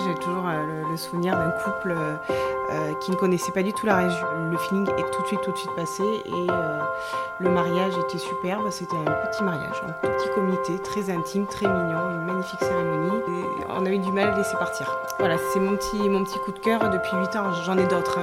j'ai toujours le souvenir d'un couple qui ne connaissait pas du tout la région. Le feeling est tout de suite passé et le mariage était superbe. C'était un petit mariage, un tout petit comité, très intime, très mignon, une magnifique cérémonie. Et on avait du mal à laisser partir. Voilà, c'est mon petit coup de cœur depuis 8 ans. J'en ai d'autres.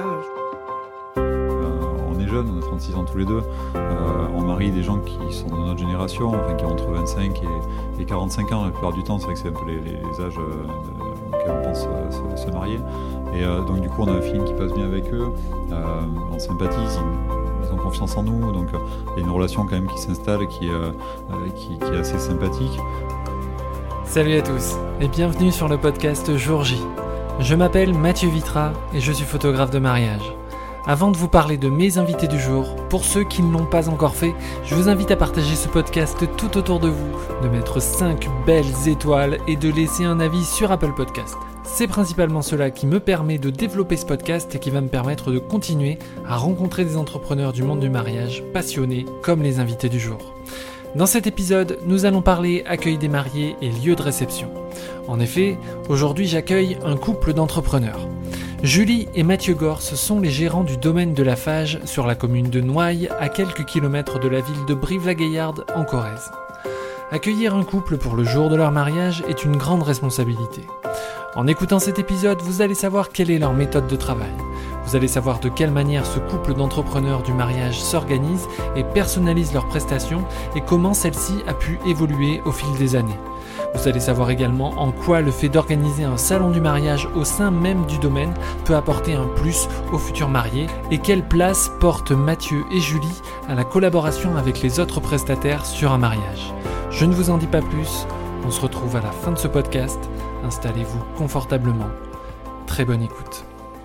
On est jeunes, on a 36 ans tous les deux. On marie des gens qui sont de notre génération, enfin, qui ont entre 25 et 45 ans la plupart du temps. C'est vrai que c'est un peu les âges auxquels on pense se marier. Et donc du coup on a un feeling qui passe bien avec eux, on sympathise, ils ont confiance en nous, donc il y a une relation quand même qui s'installe, qui est assez sympathique. Salut à tous et bienvenue sur le podcast Jour J. Je m'appelle Mathieu Vitra et je suis photographe de mariage. Avant de vous parler de mes invités du jour, pour ceux qui ne l'ont pas encore fait, je vous invite à partager ce podcast tout autour de vous, de mettre 5 belles étoiles et de laisser un avis sur Apple Podcast. C'est principalement cela qui me permet de développer ce podcast et qui va me permettre de continuer à rencontrer des entrepreneurs du monde du mariage passionnés comme les invités du jour. Dans cet épisode, nous allons parler accueil des mariés et lieu de réception. En effet, aujourd'hui j'accueille un couple d'entrepreneurs. Julie et Mathieu Gorce sont les gérants du domaine de la Fage sur la commune de Noailles, à quelques kilomètres de la ville de Brive-la-Gaillarde en Corrèze. Accueillir un couple pour le jour de leur mariage est une grande responsabilité. En écoutant cet épisode, vous allez savoir quelle est leur méthode de travail. Vous allez savoir de quelle manière ce couple d'entrepreneurs du mariage s'organise et personnalise leurs prestations et comment celle-ci a pu évoluer au fil des années. Vous allez savoir également en quoi le fait d'organiser un salon du mariage au sein même du domaine peut apporter un plus aux futurs mariés et quelle place portent Mathieu et Julie à la collaboration avec les autres prestataires sur un mariage. Je ne vous en dis pas plus, on se retrouve à la fin de ce podcast. Installez-vous confortablement. Très bonne écoute.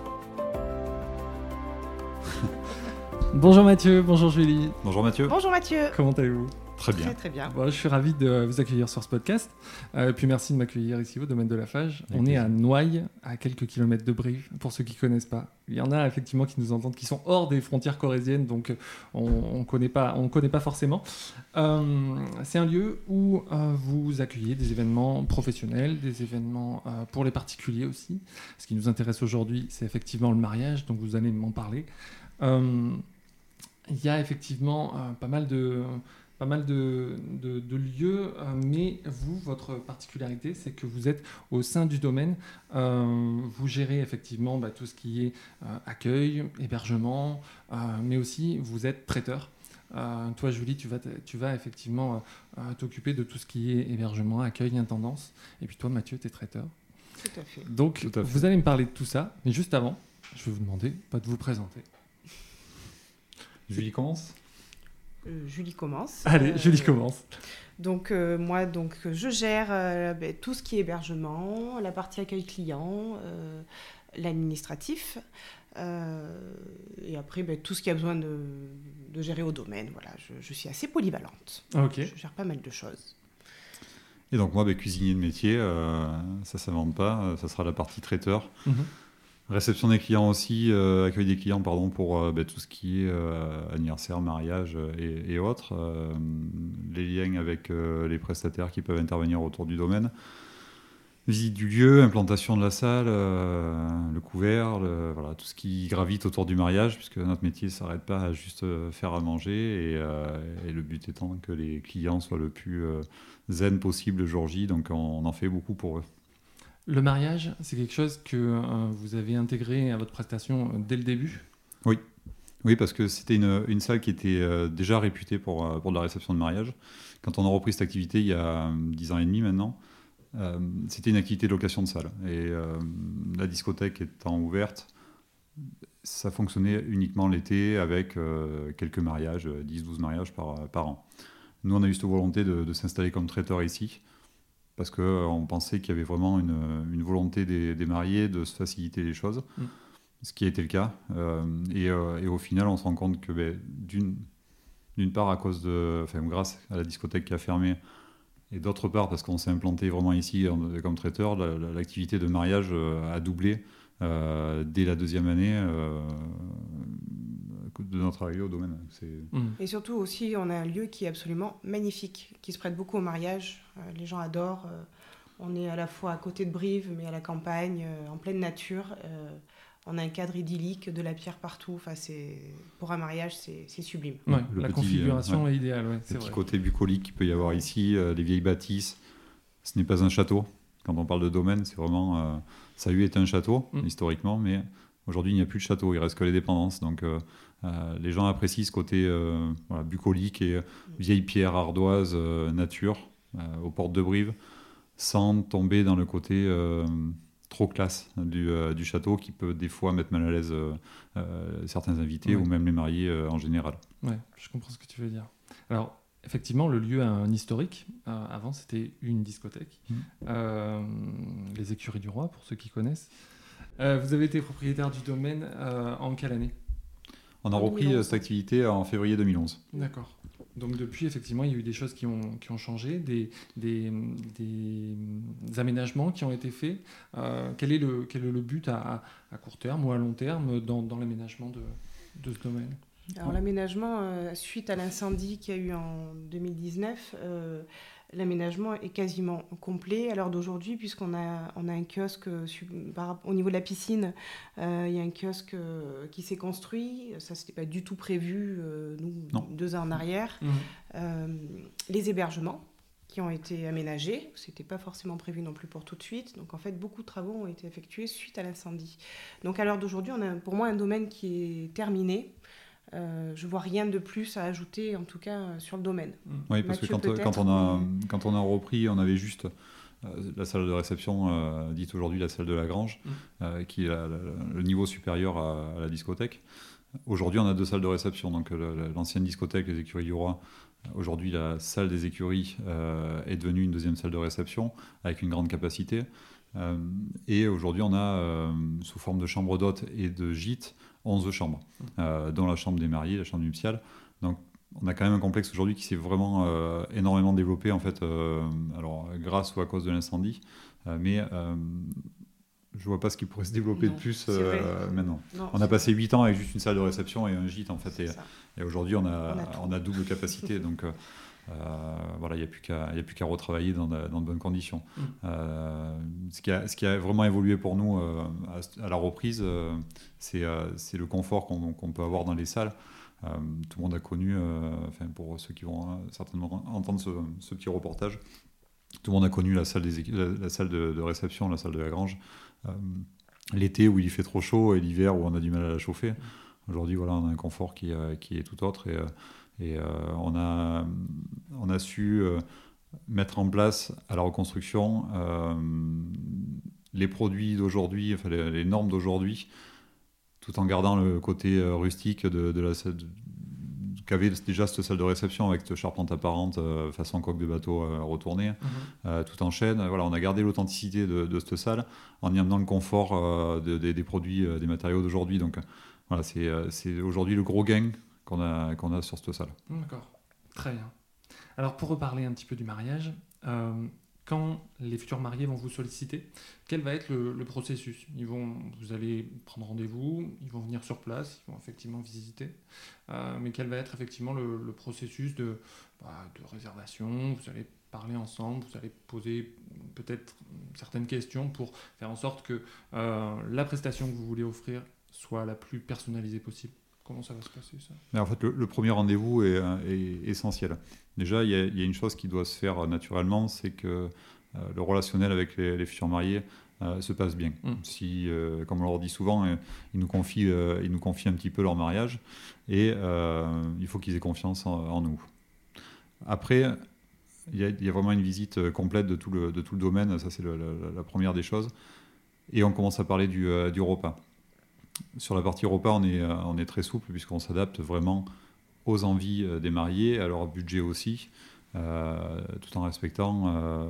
Bonjour Mathieu, bonjour Julie. Bonjour Mathieu. Bonjour Mathieu. Comment allez-vous ? Très bien. Très bien. Bon, je suis ravi de vous accueillir sur ce podcast. Puis merci de m'accueillir ici au domaine de la Fage. On est à Noailles, à quelques kilomètres de Brive, pour ceux qui ne connaissent pas. Il y en a effectivement qui nous entendent, qui sont hors des frontières corréziennes, donc on ne connaît pas forcément. C'est un lieu où vous accueillez des événements professionnels, des événements pour les particuliers aussi. Ce qui nous intéresse aujourd'hui, c'est effectivement le mariage, donc vous allez m'en parler. Il y a effectivement pas mal de lieux, mais vous, votre particularité, c'est que vous êtes au sein du domaine, vous gérez effectivement tout ce qui est accueil, hébergement, mais aussi vous êtes traiteur. Toi, Julie, tu vas effectivement t'occuper de tout ce qui est hébergement, accueil, intendance, et puis toi, Mathieu, tu es traiteur. Tout à fait. Donc, vous allez me parler de tout ça, mais juste avant, je vais vous demander de vous présenter. Julie commence. Julie commence. Allez, Julie commence. Donc moi, je gère tout ce qui est hébergement, la partie accueil client, l'administratif, et après tout ce qui a besoin de gérer au domaine. Voilà, je suis assez polyvalente. Okay. Je gère pas mal de choses. Et donc moi, cuisinier de métier, ça s'invente pas, ça sera la partie traiteur. Mm-hmm. Réception des clients aussi, accueil des clients pour tout ce qui est anniversaire, mariage et autres. Les liens avec les prestataires qui peuvent intervenir autour du domaine. Visite du lieu, implantation de la salle, le couvert, voilà, tout ce qui gravite autour du mariage, puisque notre métier ne s'arrête pas à juste faire à manger. Et le but étant que les clients soient le plus zen possible le jour J. Donc on en fait beaucoup pour eux. Le mariage, c'est quelque chose que vous avez intégré à votre prestation dès le début ? Oui, parce que c'était une salle qui était déjà réputée pour de la réception de mariage. Quand on a repris cette activité il y a 10 ans et demi maintenant, c'était une activité de location de salle. Et la discothèque étant ouverte, ça fonctionnait uniquement l'été avec quelques mariages, 10-12 mariages par an. Nous, on a eu cette volonté de s'installer comme traiteur ici, parce qu'on pensait qu'il y avait vraiment une volonté des mariés de se faciliter les choses, ce qui a été le cas. Et au final, on se rend compte que d'une part, grâce à la discothèque qui a fermé, et d'autre part, parce qu'on s'est implanté vraiment ici comme traiteur, l'activité de mariage a doublé dès la deuxième année de notre arrivée au domaine. Et surtout aussi, on a un lieu qui est absolument magnifique, qui se prête beaucoup au mariage. Les gens adorent. On est à la fois à côté de Brive, mais à la campagne, en pleine nature. On a un cadre idyllique, de la pierre partout. Enfin, pour un mariage, c'est sublime. Ouais, la configuration est idéale. Ouais, le petit côté bucolique qu'il peut y avoir ici, les vieilles bâtisses. Ce n'est pas un château. Quand on parle de domaine, c'est vraiment... ça a eu été un château, historiquement, mais aujourd'hui, il n'y a plus de château. Il ne reste que les dépendances. Donc, les gens apprécient ce côté bucolique et vieille pierre ardoise, nature, aux portes de Brive, sans tomber dans le côté... trop classe du château qui peut des fois mettre mal à l'aise certains invités ou même les mariés en général. Ouais, je comprends ce que tu veux dire. Alors, effectivement, le lieu a un historique. Avant, c'était une discothèque. Les Écuries du Roi, pour ceux qui connaissent. Vous avez été propriétaire du domaine en quelle année ? On a repris cette activité en février 2011. D'accord. Donc depuis, effectivement, il y a eu des choses qui ont changé, des aménagements qui ont été faits. Quel est le but à court terme ou à long terme dans l'aménagement de ce domaine ? Alors l'aménagement, suite à l'incendie qu'il y a eu en 2019, l'aménagement est quasiment complet à l'heure d'aujourd'hui, puisqu'on a un kiosque au niveau de la piscine. Il y a un kiosque qui s'est construit. Ça, c'était pas du tout prévu, 2 ans en arrière. Les hébergements qui ont été aménagés, c'était pas forcément prévu non plus pour tout de suite. Donc en fait, beaucoup de travaux ont été effectués suite à l'incendie. Donc à l'heure d'aujourd'hui, on a pour moi un domaine qui est terminé. Je vois rien de plus à ajouter, en tout cas sur le domaine. Oui, parce Mathieu, que quand on a repris, on avait juste la salle de réception, dite aujourd'hui la salle de la Grange, qui est le niveau supérieur à la discothèque. Aujourd'hui, on a 2 salles de réception. Donc l'ancienne discothèque, les Écuries du Roi. Aujourd'hui, la salle des Écuries est devenue une 2e salle de réception avec une grande capacité. Et aujourd'hui, on a, sous forme de chambre d'hôtes et de gîtes, 11 chambres, dont la chambre des mariés, la chambre nuptiale. Donc, on a quand même un complexe aujourd'hui qui s'est vraiment énormément développé, en fait, alors, grâce ou à cause de l'incendie. Mais je ne vois pas ce qui pourrait se développer de plus maintenant. Non, on a passé 8 ans avec juste une salle de réception et un gîte, en fait. Et aujourd'hui, on a double capacité. Donc, il n'y a plus qu'à retravailler dans de bonnes conditions. Ce qui a vraiment évolué pour nous à la reprise, c'est le confort qu'on peut avoir dans les salles. Tout le monde a connu, pour ceux qui vont certainement entendre ce petit reportage, tout le monde a connu la salle de réception, la salle de la Grange, l'été où il fait trop chaud et l'hiver où on a du mal à la chauffer. Aujourd'hui, on a un confort qui est tout autre et on a su mettre en place à la reconstruction les produits d'aujourd'hui, les normes d'aujourd'hui, tout en gardant le côté rustique de la salle qu'avait déjà cette salle de réception avec cette charpente apparente façon coque de bateau retournée, tout en chêne. On a gardé l'authenticité de cette salle en y amenant le confort des produits, des matériaux d'aujourd'hui. Donc c'est aujourd'hui le gros gain qu'on a sur cette salle. D'accord, très bien. Alors pour reparler un petit peu du mariage, quand les futurs mariés vont vous solliciter, quel va être le processus ? Vous allez prendre rendez-vous, ils vont venir sur place, ils vont effectivement visiter, mais quel va être effectivement le processus de réservation ? Vous allez parler ensemble, vous allez poser peut-être certaines questions pour faire en sorte que la prestation que vous voulez offrir soit la plus personnalisée possible. Comment ça va se passer, ça ? Mais en fait, le premier rendez-vous est essentiel. Déjà, il y a une chose qui doit se faire naturellement, c'est que le relationnel avec les futurs mariés se passe bien. Si, comme on leur dit souvent, ils nous confient un petit peu leur mariage et il faut qu'ils aient confiance en nous. Après, il y a vraiment une visite complète de tout le domaine. Ça, c'est la première des choses. Et on commence à parler du repas. Sur la partie repas, on est très souple puisqu'on s'adapte vraiment aux envies des mariés, à leur budget aussi, tout en respectant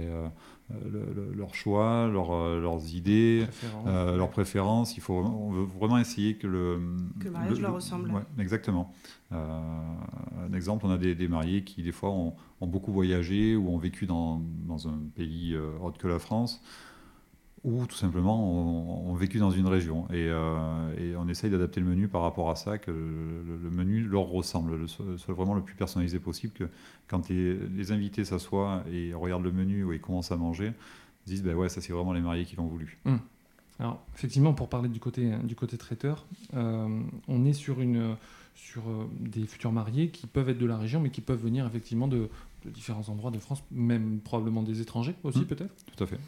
leurs choix, leurs idées, leurs préférences. On veut vraiment essayer que le mariage leur ressemble. Ouais, exactement. Un exemple, on a des mariés qui des fois ont beaucoup voyagé ou ont vécu dans un pays autre que la France, ou tout simplement ont vécu dans une région. Et on essaye d'adapter le menu par rapport à ça, que le menu leur ressemble, soit vraiment le plus personnalisé possible, que quand les invités s'assoient et regardent le menu ou ils commencent à manger, ils disent ouais, ça c'est vraiment les mariés qui l'ont voulu. Alors effectivement, pour parler du côté traiteur, on est sur des futurs mariés qui peuvent être de la région, mais qui peuvent venir effectivement de différents endroits de France, même probablement des étrangers aussi peut-être. Tout à fait.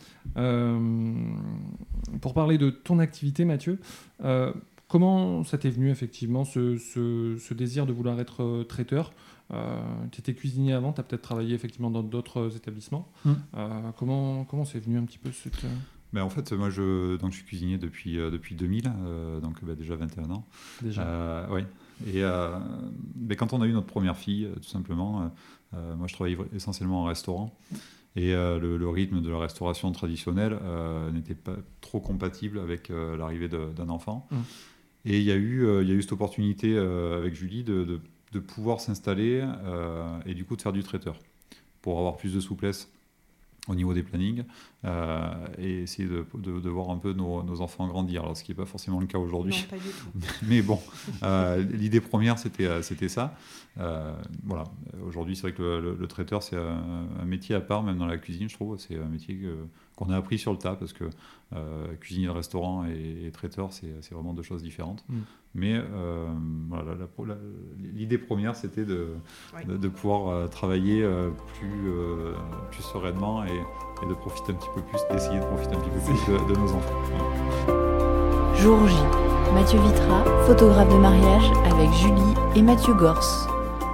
Pour parler de ton activité, Mathieu, comment ça t'est venu effectivement ce désir de vouloir être traiteur? Tu étais cuisinier avant, tu as peut-être travaillé effectivement dans d'autres établissements. Comment c'est venu un petit peu cette... En fait, moi, je suis cuisinier depuis 2000, donc déjà 21 ans. Déjà. Oui. Et quand on a eu notre première fille, tout simplement, moi, je travaillais essentiellement en restaurant. Et le rythme de la restauration traditionnelle n'était pas trop compatible avec l'arrivée d'un enfant. Et il y a eu cette opportunité avec Julie de pouvoir s'installer et du coup de faire du traiteur pour avoir plus de souplesse au niveau des plannings et essayer de voir un peu nos enfants grandir, alors ce qui n'est pas forcément le cas aujourd'hui. Non, pas du tout. Mais bon, l'idée première c'était ça. Voilà. Aujourd'hui c'est vrai que le traiteur c'est un métier à part, même dans la cuisine je trouve, c'est un métier qu'on a appris sur le tas parce que cuisinier de restaurant et traiteur c'est vraiment deux choses différentes. Mais voilà, l'idée première c'était de pouvoir travailler plus sereinement et de profiter un petit peu plus, d'essayer de profiter un petit peu plus de nos enfants. Jour J, Mathieu Vitra, photographe de mariage avec Julie et Mathieu Gors.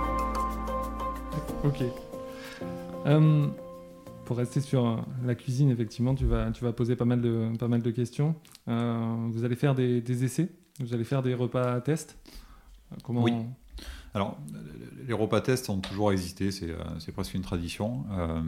Ok. Pour rester sur la cuisine, effectivement, tu vas poser pas mal de questions. Vous allez faire des essais, vous allez faire des repas tests. Oui. Alors, les repas tests ont toujours existé, c'est presque une tradition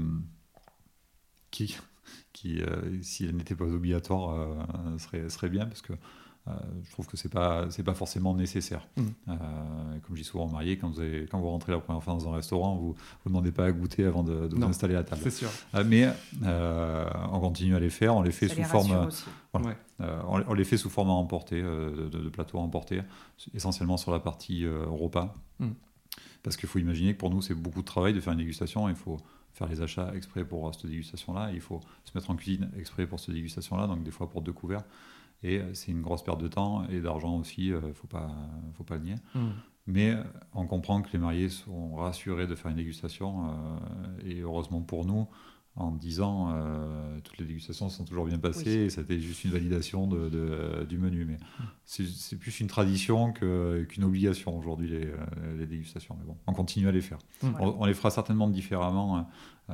qui si elle n'était pas obligatoire, serait bien parce que je trouve que c'est pas forcément nécessaire. Comme je dis souvent aux mariés, quand vous rentrez la première fois dans un restaurant, vous demandez pas à goûter avant de vous installer à la table. C'est sûr. Mais on continue à les faire, on les fait sous forme. Voilà. Ouais. On les fait sous forme à emporter, de plateaux à emporter, essentiellement sur la partie repas. Parce qu'il faut imaginer que pour nous, c'est beaucoup de travail de faire une dégustation. Il faut faire les achats exprès pour cette dégustation-là. Il faut se mettre en cuisine exprès pour cette dégustation-là, donc des fois pour 2 couverts. Et c'est une grosse perte de temps et d'argent aussi, faut pas le nier. Mais on comprend que les mariés sont rassurés de faire une dégustation et heureusement pour nous, en 10 ans, toutes les dégustations sont toujours bien passées et c'était juste une validation du menu. Mais c'est plus une tradition qu'une obligation aujourd'hui, les dégustations. Mais bon, on continue à les faire. On les fera certainement différemment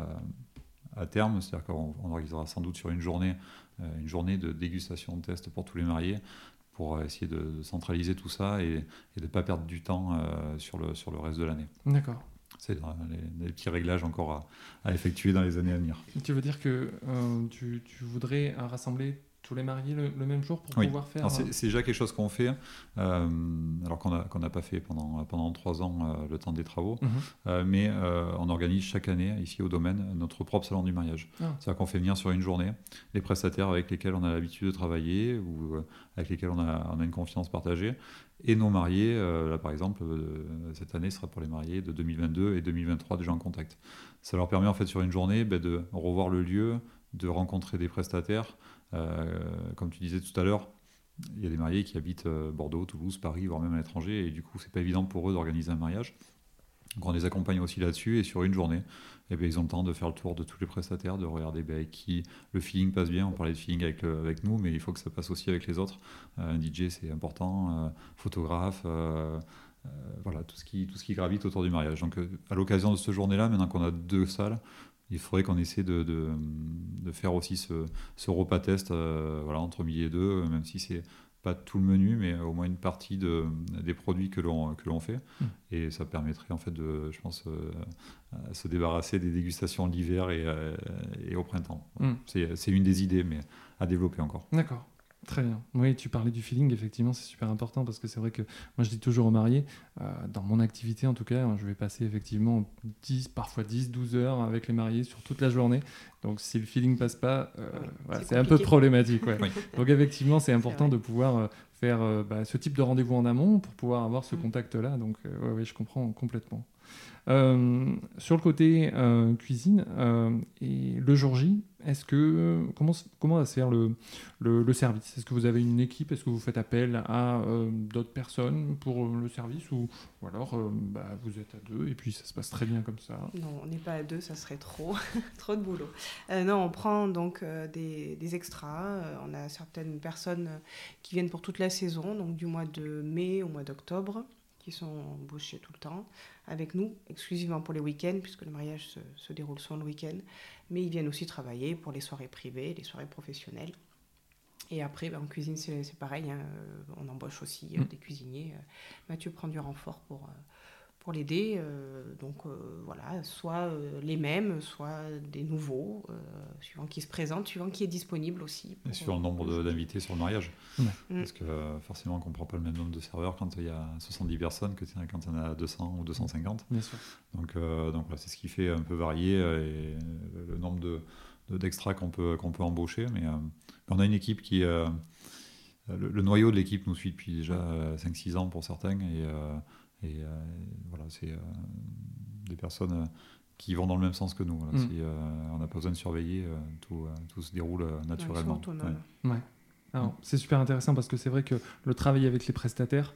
à terme, c'est-à-dire qu'on organisera sans doute sur une journée de dégustation de test pour tous les mariés pour essayer de centraliser tout ça et de ne pas perdre du temps sur le reste de l'année. D'accord. C'est des petits réglages encore à effectuer dans les années à venir. Tu veux dire que tu voudrais rassembler tous les mariés le même jour pour pouvoir faire... Alors c'est déjà quelque chose qu'on fait, alors qu'on n'a pas fait pendant 3 ans le temps des travaux, mais on organise chaque année, ici au domaine, notre propre salon du mariage. C'est-à-dire qu'on fait venir sur une journée les prestataires avec lesquels on a l'habitude de travailler ou avec lesquels on a une confiance partagée. Et nos mariés, là par exemple, cette année sera pour les mariés de 2022 et 2023 déjà en contact. Ça leur permet en fait sur une journée de revoir le lieu, de rencontrer des prestataires. Comme tu disais tout à l'heure, il y a des mariés qui habitent Bordeaux, Toulouse, Paris, voire même à l'étranger, et du coup c'est pas évident pour eux d'organiser un mariage. Donc on les accompagne aussi là-dessus, et sur une journée, ils ont le temps de faire le tour de tous les prestataires, de regarder avec qui le feeling passe bien. On parlait de feeling avec nous, mais il faut que ça passe aussi avec les autres. Un DJ c'est important, photographe, voilà, tout ce qui gravite autour du mariage. Donc à l'occasion de cette journée-là, maintenant qu'on a 2 salles, il faudrait qu'on essaie de faire aussi ce repas test voilà, entre midi et 2, même si c'est pas tout le menu, mais au moins une partie des produits que l'on fait. Et ça permettrait en fait je pense, se débarrasser des dégustations l'hiver et au printemps. C'est une des idées, mais à développer encore. D'accord. Très bien. Oui, tu parlais du feeling, effectivement, c'est super important parce que c'est vrai que moi je dis toujours aux mariés, dans mon activité en tout cas, je vais passer effectivement 10, parfois 10, 12 heures avec les mariés sur toute la journée. Donc si le feeling passe pas, c'est un peu problématique. Ouais. Oui. Donc effectivement, c'est important vrai. de pouvoir faire ce type de rendez-vous en amont pour pouvoir avoir ce contact-là. Donc je comprends complètement. Sur le côté cuisine et le jour J, comment va se faire le service? Est-ce que vous avez une équipe? Est-ce que vous faites appel à d'autres personnes pour le service ou alors vous êtes à deux et puis ça se passe très bien comme ça? Non, on n'est pas à deux, ça serait trop, trop de boulot. Non, on prend donc des extras. On a certaines personnes qui viennent pour toute la saison, donc du mois de mai au mois d'octobre, qui sont embauchés tout le temps avec nous, exclusivement pour les week-ends, puisque le mariage se déroule souvent le week-end. Mais ils viennent aussi travailler pour les soirées privées, les soirées professionnelles. Et après, en cuisine, c'est pareil. On embauche aussi des cuisiniers. Mathieu prend du renfort pour l'aider. Voilà, soit les mêmes, soit des nouveaux, suivant qui se présente, suivant qui est disponible aussi. Et suivant le nombre d'invités sur le mariage. Ouais. Parce que forcément, on ne comprend pas le même nombre de serveurs quand il y a 70 personnes que quand il y en a 200 ou 250. Bien sûr. Donc voilà, c'est ce qui fait un peu varier et le nombre d'extras qu'on peut embaucher. Mais on a une équipe qui... le noyau de l'équipe nous suit depuis déjà 5-6 ans pour certains. Et voilà, c'est des personnes qui vont dans le même sens que nous. Voilà. On n'a pas besoin de surveiller, tout se déroule naturellement. Ouais. Alors, c'est super intéressant parce que c'est vrai que le travail avec les prestataires,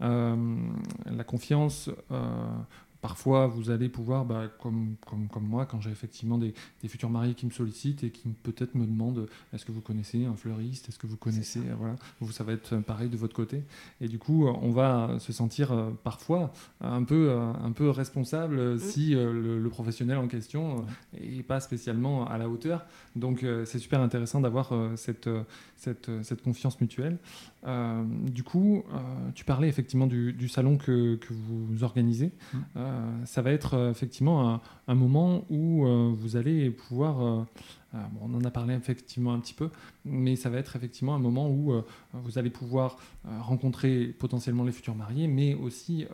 la confiance, parfois vous allez pouvoir, comme moi, quand j'ai effectivement des futurs mariés qui me sollicitent et qui peut-être me demandent est-ce que vous connaissez un fleuriste, est-ce que vous connaissez, voilà, ça va être pareil de votre côté. Et du coup, on va se sentir parfois un peu responsable si le professionnel en question n'est pas spécialement à la hauteur. Donc c'est super intéressant d'avoir cette confiance mutuelle. Du coup, tu parlais effectivement du salon que vous organisez. Ça va être effectivement un moment où vous allez pouvoir... on en a parlé effectivement un petit peu, mais ça va être effectivement un moment où vous allez pouvoir rencontrer potentiellement les futurs mariés, mais aussi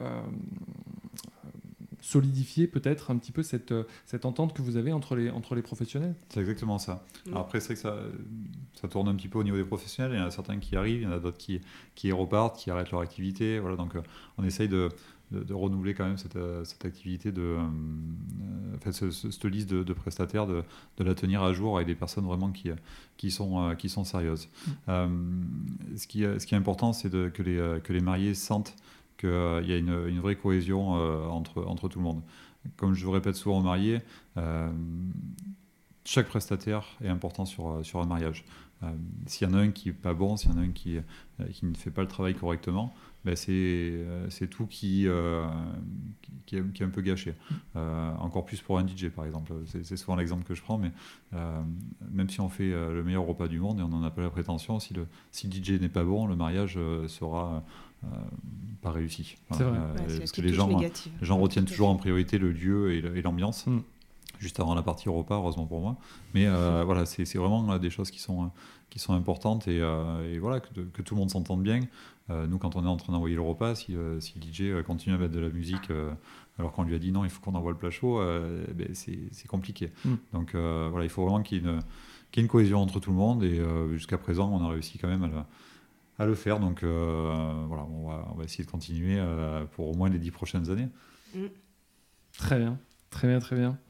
solidifier peut-être un petit peu cette entente que vous avez entre les professionnels. C'est exactement ça. Alors après, c'est que ça tourne un petit peu au niveau des professionnels. Il y en a certains qui arrivent, il y en a d'autres qui repartent, qui arrêtent leur activité. Voilà, donc on essaye de renouveler quand même cette activité, cette liste de prestataires, de la tenir à jour avec des personnes vraiment qui sont sérieuses. Ce qui est important, c'est que les mariés sentent qu'il y a une vraie cohésion entre tout le monde. Comme je le répète souvent aux mariés, chaque prestataire est important sur un mariage. S'il y en a un qui n'est pas bon, s'il y en a un qui ne fait pas le travail correctement, c'est tout qui est un peu gâché. Encore plus pour un DJ, par exemple. C'est souvent l'exemple que je prends, mais même si on fait le meilleur repas du monde et on n'en a pas la prétention, si le DJ n'est pas bon, le mariage sera pas réussi. C'est vrai. Parce que les gens retiennent toujours en priorité le lieu et l'ambiance. Juste avant la partie repas, heureusement pour moi. Mais voilà, c'est vraiment des choses qui sont importantes et voilà, que tout le monde s'entende bien. Nous, quand on est en train d'envoyer le repas, si le DJ continue à mettre de la musique alors qu'on lui a dit non, il faut qu'on envoie le plat chaud, c'est compliqué. Donc voilà, il faut vraiment qu'il y ait une cohésion entre tout le monde et jusqu'à présent, on a réussi quand même à le faire. Donc voilà, on va essayer de continuer pour au moins les 10 prochaines années. Très bien, très bien, très bien.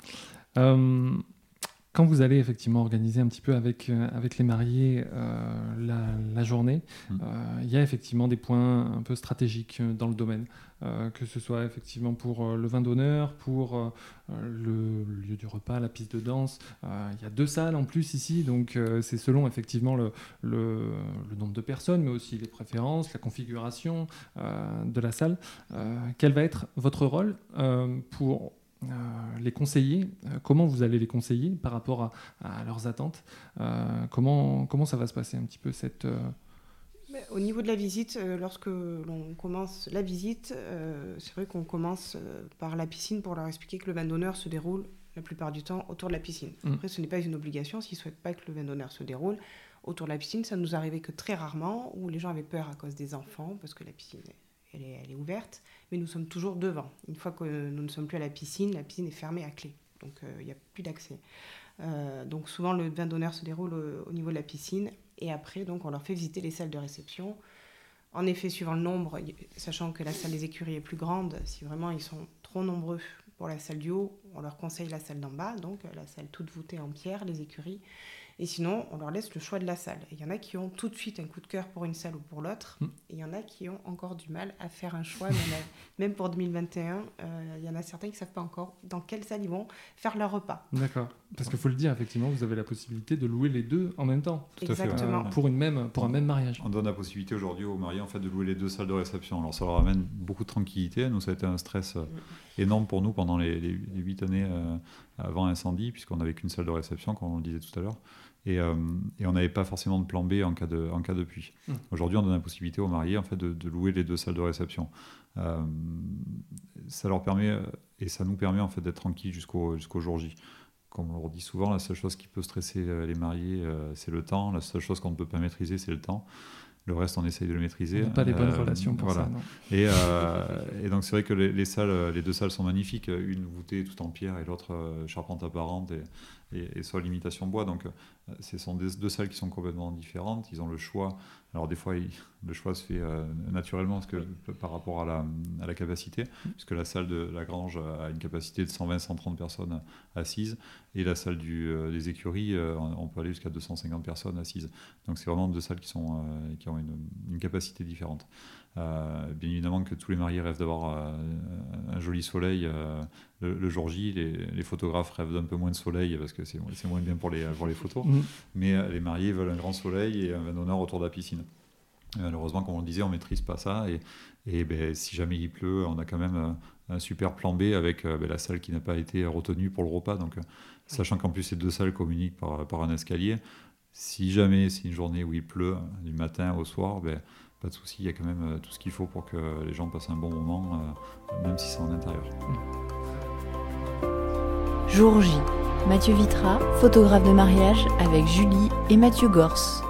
Quand vous allez effectivement organiser un petit peu avec les mariés la journée, il y a effectivement des points un peu stratégiques dans le domaine, que ce soit effectivement pour le vin d'honneur, pour le lieu du repas, la piste de danse. Il y a 2 salles en plus ici, donc c'est selon effectivement le nombre de personnes, mais aussi les préférences, la configuration de la salle. Quel va être votre rôle pour les conseiller, comment vous allez les conseiller par rapport à leurs attentes, comment ça va se passer un petit peu cette... Au niveau de la visite, lorsque l'on commence la visite, c'est vrai qu'on commence par la piscine pour leur expliquer que le vin d'honneur se déroule la plupart du temps autour de la piscine. Après, ce n'est pas une obligation s'ils ne souhaitent pas que le vin d'honneur se déroule autour de la piscine. Ça nous arrivait que très rarement, où les gens avaient peur à cause des enfants, parce que la piscine, elle est ouverte, mais nous sommes toujours devant. Une fois que nous ne sommes plus à la piscine est fermée à clé, donc il n'y a plus d'accès. Donc souvent, le vin d'honneur se déroule au niveau de la piscine, et après, donc, on leur fait visiter les salles de réception. En effet, suivant le nombre, sachant que la salle des écuries est plus grande, si vraiment ils sont trop nombreux pour la salle du haut, on leur conseille la salle d'en bas, donc la salle toute voûtée en pierre, les écuries. Et sinon, on leur laisse le choix de la salle. Il y en a qui ont tout de suite un coup de cœur pour une salle ou pour l'autre. Et il y en a qui ont encore du mal à faire un choix. Même pour 2021, il y en a certains qui ne savent pas encore dans quelle salle ils vont faire leur repas. D'accord. Parce qu'il faut le dire, effectivement, vous avez la possibilité de louer les deux en même temps. Tout à fait, exactement. Pour un même mariage. On donne la possibilité aujourd'hui aux mariés en fait, de louer les 2 salles de réception. Alors ça leur amène beaucoup de tranquillité. Nous, ça a été un stress énorme pour nous pendant les 8 années avant l'incendie, puisqu'on n'avait qu'une salle de réception, comme on le disait tout à l'heure. Et on n'avait pas forcément de plan B en cas de pluie. Aujourd'hui, on donne la possibilité aux mariés en fait, de louer les 2 salles de réception. Ça leur permet, et ça nous permet en fait, d'être tranquilles jusqu'au jour J. Comme on le dit souvent, la seule chose qui peut stresser les mariés, c'est le temps. La seule chose qu'on ne peut pas maîtriser, c'est le temps. Le reste, on essaye de le maîtriser. On n'a pas les bonnes relations pour voilà. ça. Non. Et donc, c'est vrai que les 2 salles sont magnifiques. Une voûtée tout en pierre et l'autre charpente apparente et sol imitation bois. Donc, ce sont 2 salles qui sont complètement différentes. Ils ont le choix. Alors, des fois, le choix se fait naturellement par rapport à la capacité, puisque la salle de la Grange a une capacité de 120-130 personnes assises. Et la salle des écuries, on peut aller jusqu'à 250 personnes assises. Donc, c'est vraiment 2 salles qui ont une capacité différente. Bien évidemment que tous les mariés rêvent d'avoir un joli soleil le jour J. Les photographes rêvent d'un peu moins de soleil parce que c'est moins bien pour les photos. Mais les mariés veulent un grand soleil et un vin d'honneur autour de la piscine. Malheureusement, comme on le disait, on ne maîtrise pas ça. Et si jamais il pleut, on a quand même un super plan B avec la salle qui n'a pas été retenue pour le repas. Donc, sachant qu'en plus, ces 2 salles communiquent par un escalier, si jamais c'est une journée où il pleut, du matin au soir, pas de souci, il y a quand même tout ce qu'il faut pour que les gens passent un bon moment, même si c'est en intérieur. Jour J. Mathieu Vitra, photographe de mariage avec Julie et Mathieu Gors.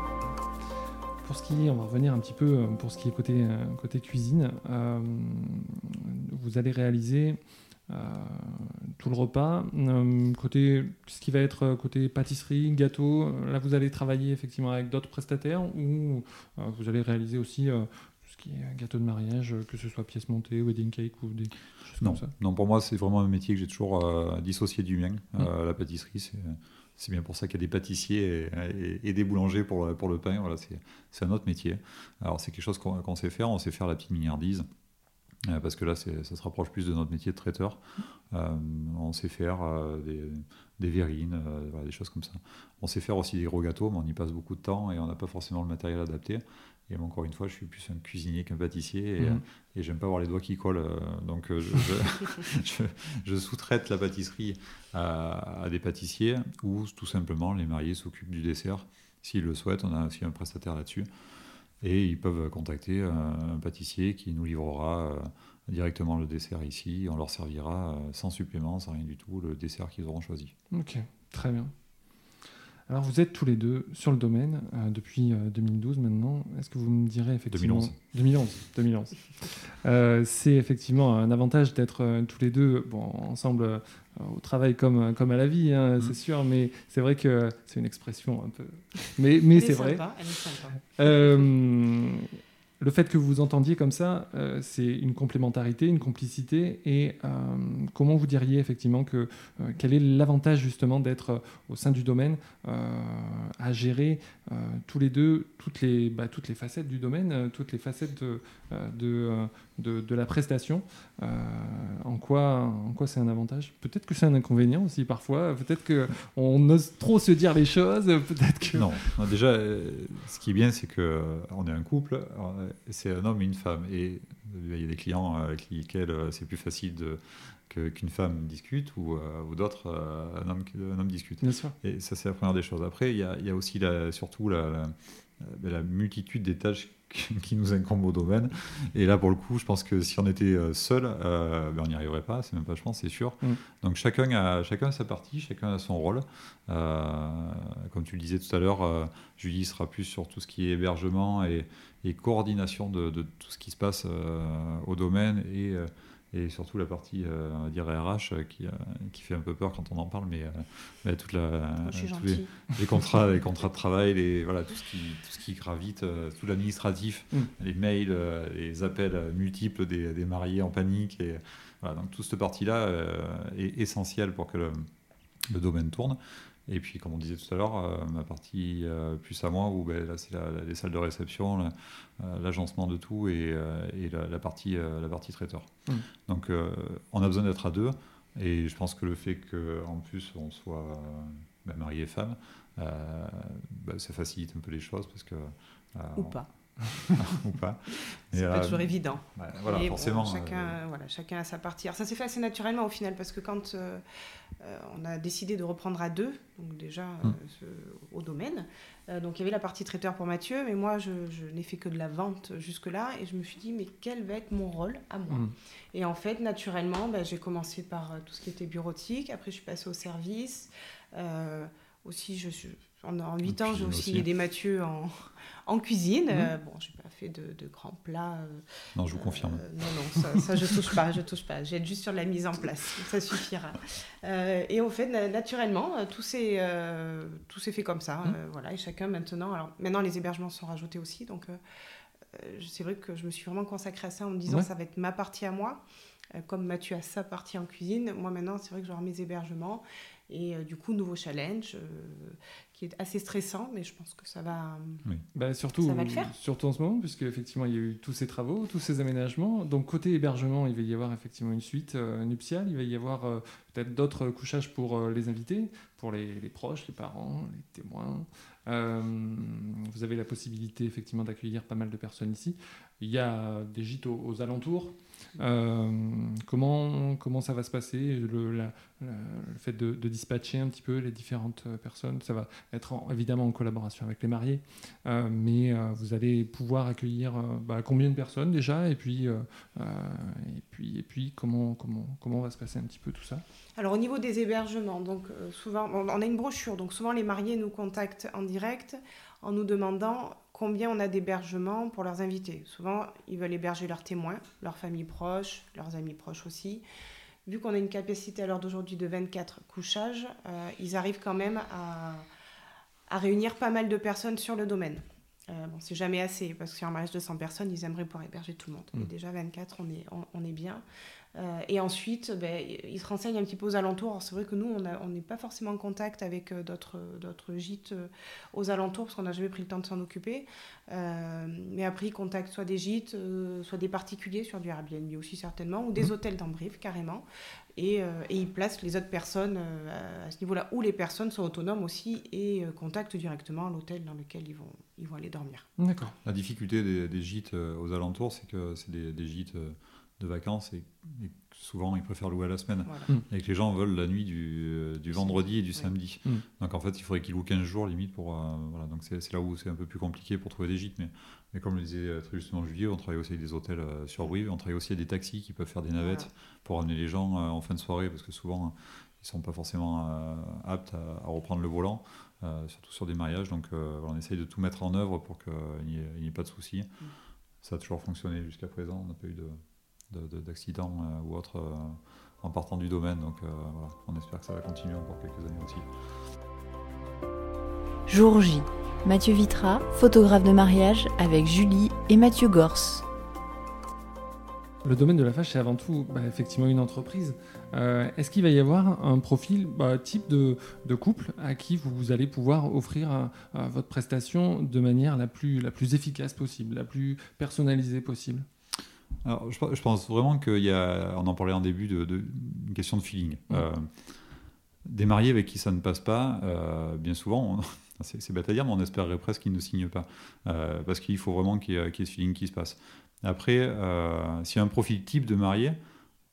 On va revenir un petit peu pour ce qui est côté cuisine. Vous allez réaliser tout le repas. Ce qui va être côté pâtisserie, gâteau, là vous allez travailler effectivement avec d'autres prestataires ou vous allez réaliser aussi ce qui est gâteau de mariage, que ce soit pièce montée, wedding cake ou des choses comme ça. Non, pour moi c'est vraiment un métier que j'ai toujours dissocié du mien. La pâtisserie, c'est bien pour ça qu'il y a des pâtissiers et des boulangers pour le pain. Voilà, c'est un autre métier. Alors c'est quelque chose qu'on sait faire. On sait faire la petite mignardise. Parce que là, ça se rapproche plus de notre métier de traiteur. On sait faire des verrines, des choses comme ça. On sait faire aussi des gros gâteaux, mais on y passe beaucoup de temps et on n'a pas forcément le matériel adapté. Et encore une fois, je suis plus un cuisinier qu'un pâtissier et j'aime pas avoir les doigts qui collent. Donc, je sous-traite la pâtisserie à des pâtissiers ou tout simplement les mariés s'occupent du dessert. S'ils le souhaitent, on a aussi un prestataire là-dessus. Et ils peuvent contacter un pâtissier qui nous livrera directement le dessert ici. On leur servira sans supplément, sans rien du tout, le dessert qu'ils auront choisi. Ok, très bien. Alors vous êtes tous les deux sur le domaine depuis 2012 maintenant. Est-ce que vous me direz effectivement... 2011. C'est effectivement un avantage d'être tous les deux ensemble au travail comme à la vie, c'est sûr, mais c'est vrai que c'est une expression un peu... Mais c'est vrai. Elle est sympa. Le fait que vous vous entendiez comme ça, c'est une complémentarité, une complicité. Et comment vous diriez effectivement quel est l'avantage justement d'être au sein du domaine à gérer tous les deux toutes les facettes du domaine, toutes les facettes de la prestation. En quoi c'est un avantage ? Peut-être que c'est un inconvénient aussi parfois. Peut-être qu'on ose trop se dire les choses. Peut-être que... Non, déjà, ce qui est bien, c'est qu'on est un couple. C'est un homme et une femme. Et il y a des clients avec lesquels c'est plus facile qu'une femme discute ou d'autres, un homme discute. Bien sûr. Et ça, c'est la première des choses. Après, il y a aussi surtout la multitude des tâches qui nous incombent au domaine. Et là, pour le coup, je pense que si on était seul, on n'y arriverait pas. C'est même pas, je pense, c'est sûr. Donc chacun a sa partie, chacun a son rôle. Comme tu le disais tout à l'heure, Julie sera plus sur tout ce qui est hébergement et coordination de tout ce qui se passe au domaine et surtout la partie, on va dire RH, qui fait un peu peur quand on en parle, mais tous les contrats de travail, tout ce qui gravite, tout l'administratif, les mails, les appels multiples des mariés en panique. Et, voilà, donc toute cette partie-là est essentielle pour que le domaine tourne. Et puis, comme on disait tout à l'heure, ma partie plus à moi, où là, c'est les salles de réception, l'agencement de tout et la partie traiteur. Donc, on a besoin d'être à deux. Et je pense que le fait qu'en plus, on soit mari et femme, ça facilite un peu les choses. Parce que, ou pas. ou pas. C'est pas toujours évident. Voilà, forcément. Chacun a sa partie. Alors ça s'est fait assez naturellement au final, parce que quand on a décidé de reprendre à deux, donc déjà au domaine, donc il y avait la partie traiteur pour Mathieu, mais moi je n'ai fait que de la vente jusque-là, et je me suis dit, mais quel va être mon rôle à moi ? Et en fait, naturellement, j'ai commencé par tout ce qui était bureautique, après je suis passée au service, aussi en 8 ans, j'ai aussi aidé Mathieu en cuisine. Je n'ai pas fait de grands plats. Non, je vous confirme. Non, ça je touche pas. J'ai juste sur la mise en place, ça suffira. Et au fait, naturellement, tout s'est fait comme ça. Et chacun maintenant... Alors, maintenant, les hébergements sont rajoutés aussi, donc c'est vrai que je me suis vraiment consacrée à ça en me disant ça va être ma partie à moi. Comme Mathieu a sa partie en cuisine, moi maintenant, c'est vrai que j'aurai mes hébergements. Et du coup, nouveau challenge qui est assez stressant, mais je pense que ça va, surtout, ça va le faire. Surtout en ce moment, puisque effectivement, il y a eu tous ces travaux, tous ces aménagements. Donc, côté hébergement, il va y avoir effectivement une suite nuptiale. Il va y avoir peut-être d'autres couchages pour les invités, pour les proches, les parents, les témoins. Vous avez la possibilité effectivement d'accueillir pas mal de personnes ici. Il y a des gîtes aux alentours. Comment ça va se passer, le fait de dispatcher un petit peu les différentes personnes? Ça va être évidemment en collaboration avec les mariés, mais vous allez pouvoir accueillir combien de personnes déjà, et puis comment va se passer un petit peu tout ça? Alors au niveau des hébergements, donc souvent on a une brochure, donc souvent les mariés nous contactent en direct en nous demandant combien on a d'hébergements pour leurs invités. Souvent, ils veulent héberger leurs témoins, leurs familles proches, leurs amis proches aussi. Vu qu'on a une capacité à l'heure d'aujourd'hui de 24 couchages, ils arrivent quand même à réunir pas mal de personnes sur le domaine. C'est jamais assez, parce que sur un mariage de 100 personnes, ils aimeraient pouvoir héberger tout le monde. Mais déjà 24, on est bien. Et ensuite, ils se renseignent un petit peu aux alentours. Alors, c'est vrai que nous, on n'est pas forcément en contact avec d'autres gîtes aux alentours, parce qu'on n'a jamais pris le temps de s'en occuper. Mais après, ils contactent soit des gîtes, soit des particuliers sur du Airbnb aussi certainement, ou des hôtels dans Brive carrément. Et ils placent les autres personnes à ce niveau-là, où les personnes sont autonomes aussi et contactent directement l'hôtel dans lequel ils vont aller dormir. D'accord. La difficulté des gîtes aux alentours, c'est que c'est des gîtes de vacances et souvent ils préfèrent louer à la semaine. Voilà. Et que les gens veulent la nuit du vendredi et du samedi. Donc en fait, il faudrait qu'ils louent 15 jours limite pour... Donc c'est là où c'est un peu plus compliqué pour trouver des gîtes. Mais comme le disait très justement Julie, on travaille aussi avec des hôtels sur Brive, on travaille aussi avec des taxis qui peuvent faire des navettes pour amener les gens en fin de soirée, parce que souvent ils ne sont pas forcément aptes à reprendre le volant, surtout sur des mariages. Donc on essaye de tout mettre en œuvre pour qu'il n'y ait pas de soucis. Ça a toujours fonctionné jusqu'à présent, on n'a pas eu d'accident ou autre en partant du domaine, donc on espère que ça va continuer encore quelques années aussi. Jour J, Mathieu Vitra, photographe de mariage avec Julie et Mathieu Gors. Le domaine de la fâche, c'est avant tout effectivement une entreprise. Est-ce qu'il va y avoir un profil type de couple à qui vous allez pouvoir offrir votre prestation de manière la plus efficace possible, la plus personnalisée possible? Alors, je pense vraiment qu'il y a, on en parlait en début, une question de feeling. Des mariés avec qui ça ne passe pas, bien souvent, c'est bête à dire, mais on espérerait presque qu'ils ne signent pas. Parce qu'il faut vraiment qu'il y ait ce feeling qui se passe. Après, s'il y a un profil type de marié,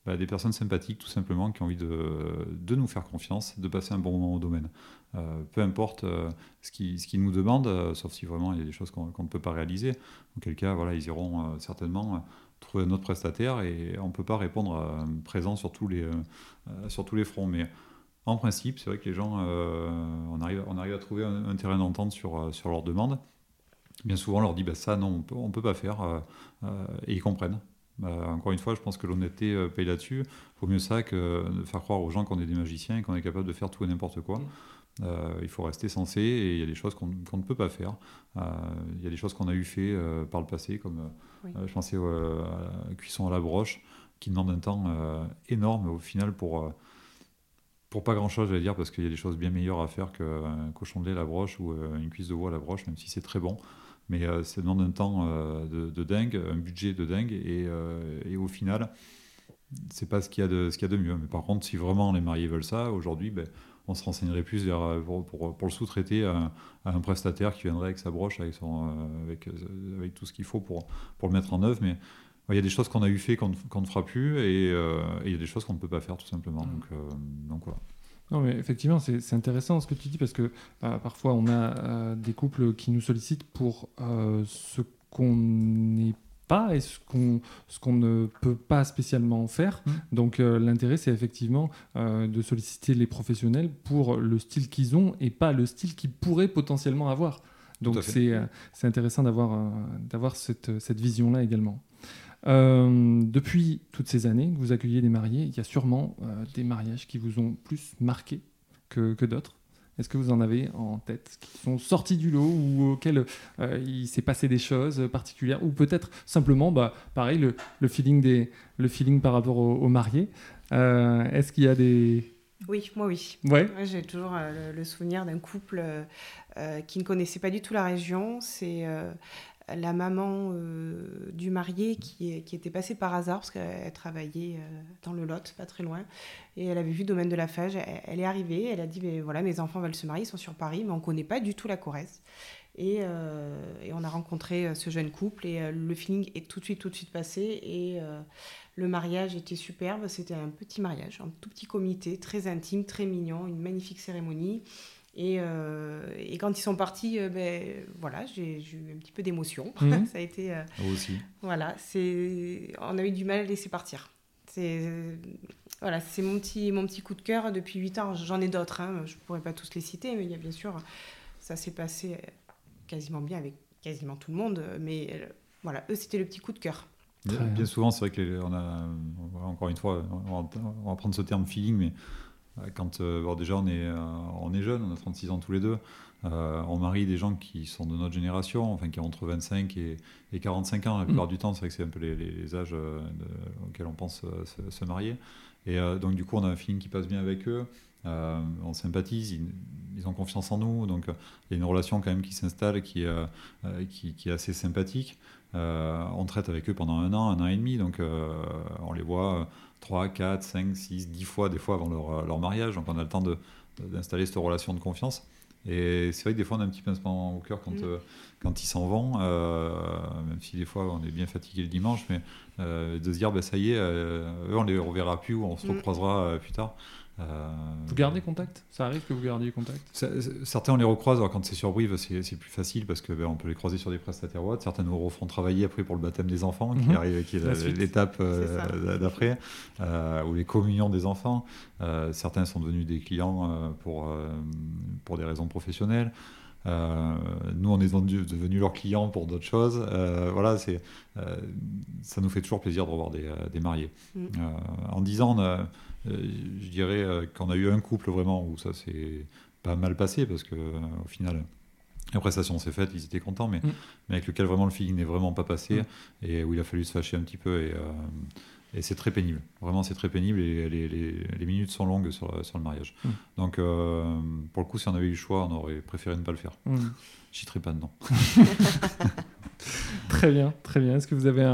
des personnes sympathiques tout simplement qui ont envie de nous faire confiance, de passer un bon moment au domaine. Peu importe ce qu'ils nous demandent, sauf si vraiment il y a des choses qu'on ne peut pas réaliser, auquel cas ils iront certainement trouver un autre prestataire et on ne peut pas répondre présent sur tous les fronts. Mais en principe, c'est vrai que les gens, on arrive à trouver un terrain d'entente sur leurs demandes. Bien souvent, on leur dit ça, non, on ne peut pas faire, et ils comprennent. Encore une fois, je pense que l'honnêteté paye là-dessus. Il faut mieux ça que de faire croire aux gens qu'on est des magiciens et qu'on est capable de faire tout et n'importe quoi. Il faut rester sensé et il y a des choses qu'on ne peut pas faire. Il y a des choses qu'on a eu fait par le passé, comme je pensais à la cuisson à la broche, qui demande un temps énorme au final pour pas grand-chose, j'allais dire, parce qu'il y a des choses bien meilleures à faire qu'un cochon de lait à la broche ou une cuisse de veau à la broche, même si c'est très bon. Mais ça demande un temps de dingue, un budget de dingue, et au final, c'est pas ce qu'il y a de mieux. Mais par contre, si vraiment les mariés veulent ça, aujourd'hui, on se renseignerait plus pour le sous-traiter à un prestataire qui viendrait avec sa broche, avec tout ce qu'il faut pour le mettre en œuvre. Mais il y a des choses qu'on a eu fait qu'on ne fera plus, et il y a des choses qu'on ne peut pas faire tout simplement. Donc voilà. Non, mais effectivement, c'est intéressant ce que tu dis, parce que parfois on a des couples qui nous sollicitent pour ce qu'on n'est pas et ce qu'on ne peut pas spécialement faire. Donc l'intérêt, c'est effectivement de solliciter les professionnels pour le style qu'ils ont et pas le style qu'ils pourraient potentiellement avoir. Donc c'est intéressant d'avoir cette vision-là également. Depuis toutes ces années que vous accueillez des mariés, il y a sûrement des mariages qui vous ont plus marqué que d'autres. Est-ce que vous en avez en tête qui sont sortis du lot ou auxquels il s'est passé des choses particulières, ou peut-être simplement, pareil, le feeling par rapport aux mariés. Est-ce qu'il y a des... Oui, moi oui. Ouais. Moi, j'ai toujours le souvenir d'un couple qui ne connaissait pas du tout la région. C'est la maman du marié qui était passée par hasard parce qu'elle travaillait dans le Lot, pas très loin, et elle avait vu Domaine de la Fage. Elle est arrivée, elle a dit voilà, mes enfants veulent se marier, ils sont sur Paris, mais on ne connaît pas du tout la Corrèze. Et on a rencontré ce jeune couple et le feeling est tout de suite passé, et le mariage était superbe. C'était un petit mariage, un tout petit comité, très intime, très mignon, une magnifique cérémonie. Et quand ils sont partis, voilà, j'ai eu un petit peu d'émotion. Ça a été... aussi. Voilà, on a eu du mal à laisser partir. Voilà, c'est mon petit coup de cœur depuis 8 ans. J'en ai d'autres, je ne pourrais pas tous les citer, mais il y a bien sûr, ça s'est passé quasiment bien avec quasiment tout le monde. Mais voilà, eux, c'était le petit coup de cœur. Bien souvent, c'est vrai que encore une fois, on va prendre ce terme feeling, mais quand déjà on est jeunes, on a 36 ans tous les deux, on marie des gens qui sont de notre génération, enfin qui ont entre 25 et 45 ans la plupart du temps. C'est vrai que c'est un peu les âges auxquels on pense se marier, et donc du coup on a un feeling qui passe bien avec eux, on sympathise, ils ont confiance en nous, donc il y a une relation quand même qui s'installe, qui est assez sympathique. On traite avec eux pendant un an et demi, donc on les voit 3, 4, 5, 6, 10 fois des fois avant leur mariage, donc on a le temps d'installer cette relation de confiance. Et c'est vrai que des fois on a un petit pincement au cœur quand ils s'en vont, même si des fois on est bien fatigué le dimanche, mais de se dire ça y est, eux on les reverra plus ou on se recroisera plus tard. Vous gardez contact ? Ça arrive que vous gardiez contact ? Certains on les recroise, alors quand c'est sur Brive c'est plus facile parce que on peut les croiser sur des prestataires ou autres. Certains nous refont travailler après pour le baptême des enfants qui arrive, qui est l'étape d'après, ou les communions des enfants. Certains sont devenus des clients pour des raisons professionnelles. Nous on est devenus leurs clients pour d'autres choses. Voilà, ça nous fait toujours plaisir de revoir des mariés. En 10 ans je dirais qu'on a eu un couple vraiment où ça s'est pas mal passé, parce que au final la prestation s'est faite, ils étaient contents, mais avec lequel vraiment le feeling n'est vraiment pas passé, et où il a fallu se fâcher un petit peu, et c'est très pénible, vraiment c'est très pénible, et les minutes sont longues sur le mariage. Donc pour le coup, si on avait eu le choix, on aurait préféré ne pas le faire. Je citerai pas de nom. Très bien. Est-ce que vous avez un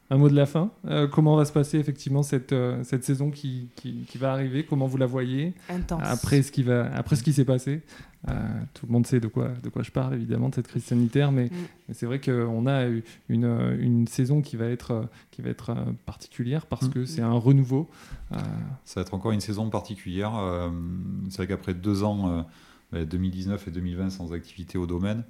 un mot de la fin. Comment va se passer effectivement cette saison qui va arriver? Comment vous la voyez? Intense. Après ce qui s'est passé, tout le monde sait de quoi je parle évidemment de cette crise sanitaire, mais c'est vrai qu'on a une saison qui va être particulière parce que c'est un renouveau. Ça va être encore une saison particulière. C'est vrai qu'après 2 ans, 2019 et 2020 sans activité au domaine,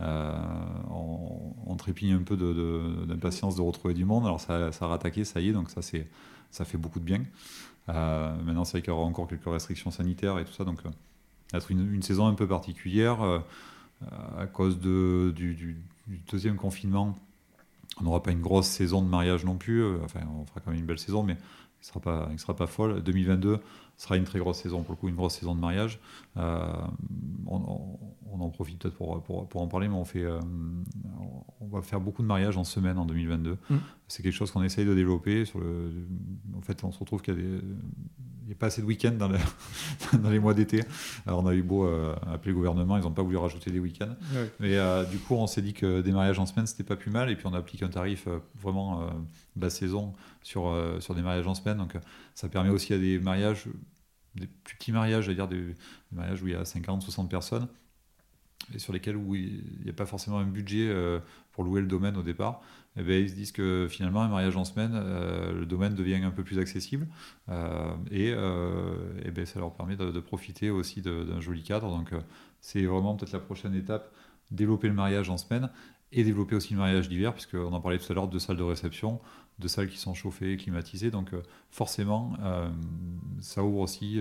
on trépigne un peu d'impatience de retrouver du monde. Alors ça a rattaqué, ça y est, donc ça fait beaucoup de bien. Maintenant, c'est vrai qu'il y aura encore quelques restrictions sanitaires et tout ça, donc ça va être une saison un peu particulière à cause du deuxième confinement. On n'aura pas une grosse saison de mariage non plus. Enfin, on fera quand même une belle saison, mais il ne sera pas folle. 2022 sera une très grosse saison, pour le coup, une grosse saison de mariage. On en profite peut-être pour en parler, mais on va faire beaucoup de mariages en semaine en 2022. C'est quelque chose qu'on essaye de développer. En fait, on se retrouve qu'il n'y a pas assez de week-ends dans les mois d'été. Alors, on a eu beau appeler le gouvernement, ils n'ont pas voulu rajouter des week-ends. Ouais. Mais du coup, on s'est dit que des mariages en semaine, c'était pas plus mal. Et puis, on applique un tarif vraiment basse saison sur des mariages en semaine. Donc, ça permet aussi à des mariages, des plus petits mariages, c'est-à-dire des mariages où il y a 50, 60 personnes, et sur lesquels où il n'y a pas forcément un budget pour louer le domaine au départ. Et bien, ils se disent que finalement, un mariage en semaine, le domaine devient un peu plus accessible, et bien, ça leur permet de profiter aussi d'un joli cadre. Donc, c'est vraiment peut-être la prochaine étape, développer le mariage en semaine et développer aussi le mariage d'hiver, puisqu'on en parlait tout à l'heure de salles de réception, de salles qui sont chauffées, climatisées. Donc forcément, ça ouvre aussi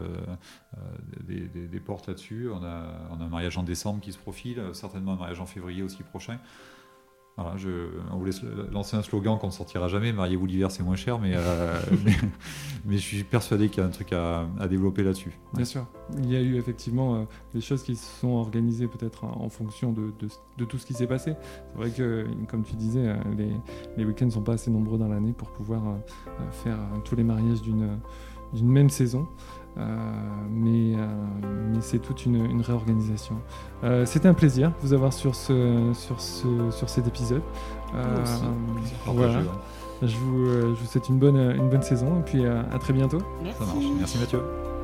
des portes là-dessus. On a un mariage en décembre qui se profile, certainement un mariage en février aussi prochain. Voilà, on voulait lancer un slogan qu'on ne sortira jamais, mariez-vous l'hiver, c'est moins cher, mais je suis persuadé qu'il y a un truc à développer là-dessus. Bien sûr, il y a eu effectivement des choses qui se sont organisées peut-être en fonction de tout ce qui s'est passé. C'est vrai que, comme tu disais, les week-ends ne sont pas assez nombreux dans l'année pour pouvoir faire tous les mariages d'une même saison. Mais c'est toute une réorganisation. C'était un plaisir de vous avoir sur cet épisode. Voilà. Je vous souhaite une bonne saison et puis à très bientôt. Merci. Ça marche. Merci Mathieu.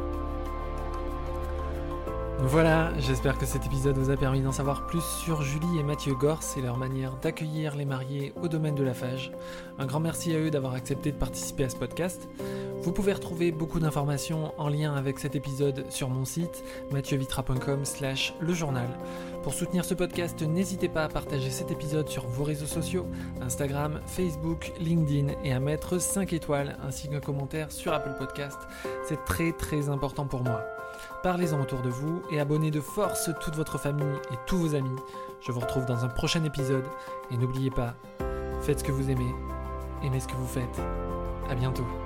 Voilà, j'espère que cet épisode vous a permis d'en savoir plus sur Julie et Mathieu Gors et leur manière d'accueillir les mariés au domaine de la Fage. Un grand merci à eux d'avoir accepté de participer à ce podcast. Vous pouvez retrouver beaucoup d'informations en lien avec cet épisode sur mon site mathieuVitra.com/lejournal. Pour soutenir ce podcast, n'hésitez pas à partager cet épisode sur vos réseaux sociaux, Instagram, Facebook, LinkedIn, et à mettre 5 étoiles ainsi qu'un commentaire sur Apple Podcast. C'est très très important pour moi. Parlez-en autour de vous et abonnez de force toute votre famille et tous vos amis. Je vous retrouve dans un prochain épisode et n'oubliez pas, faites ce que vous aimez ce que vous faites. À bientôt.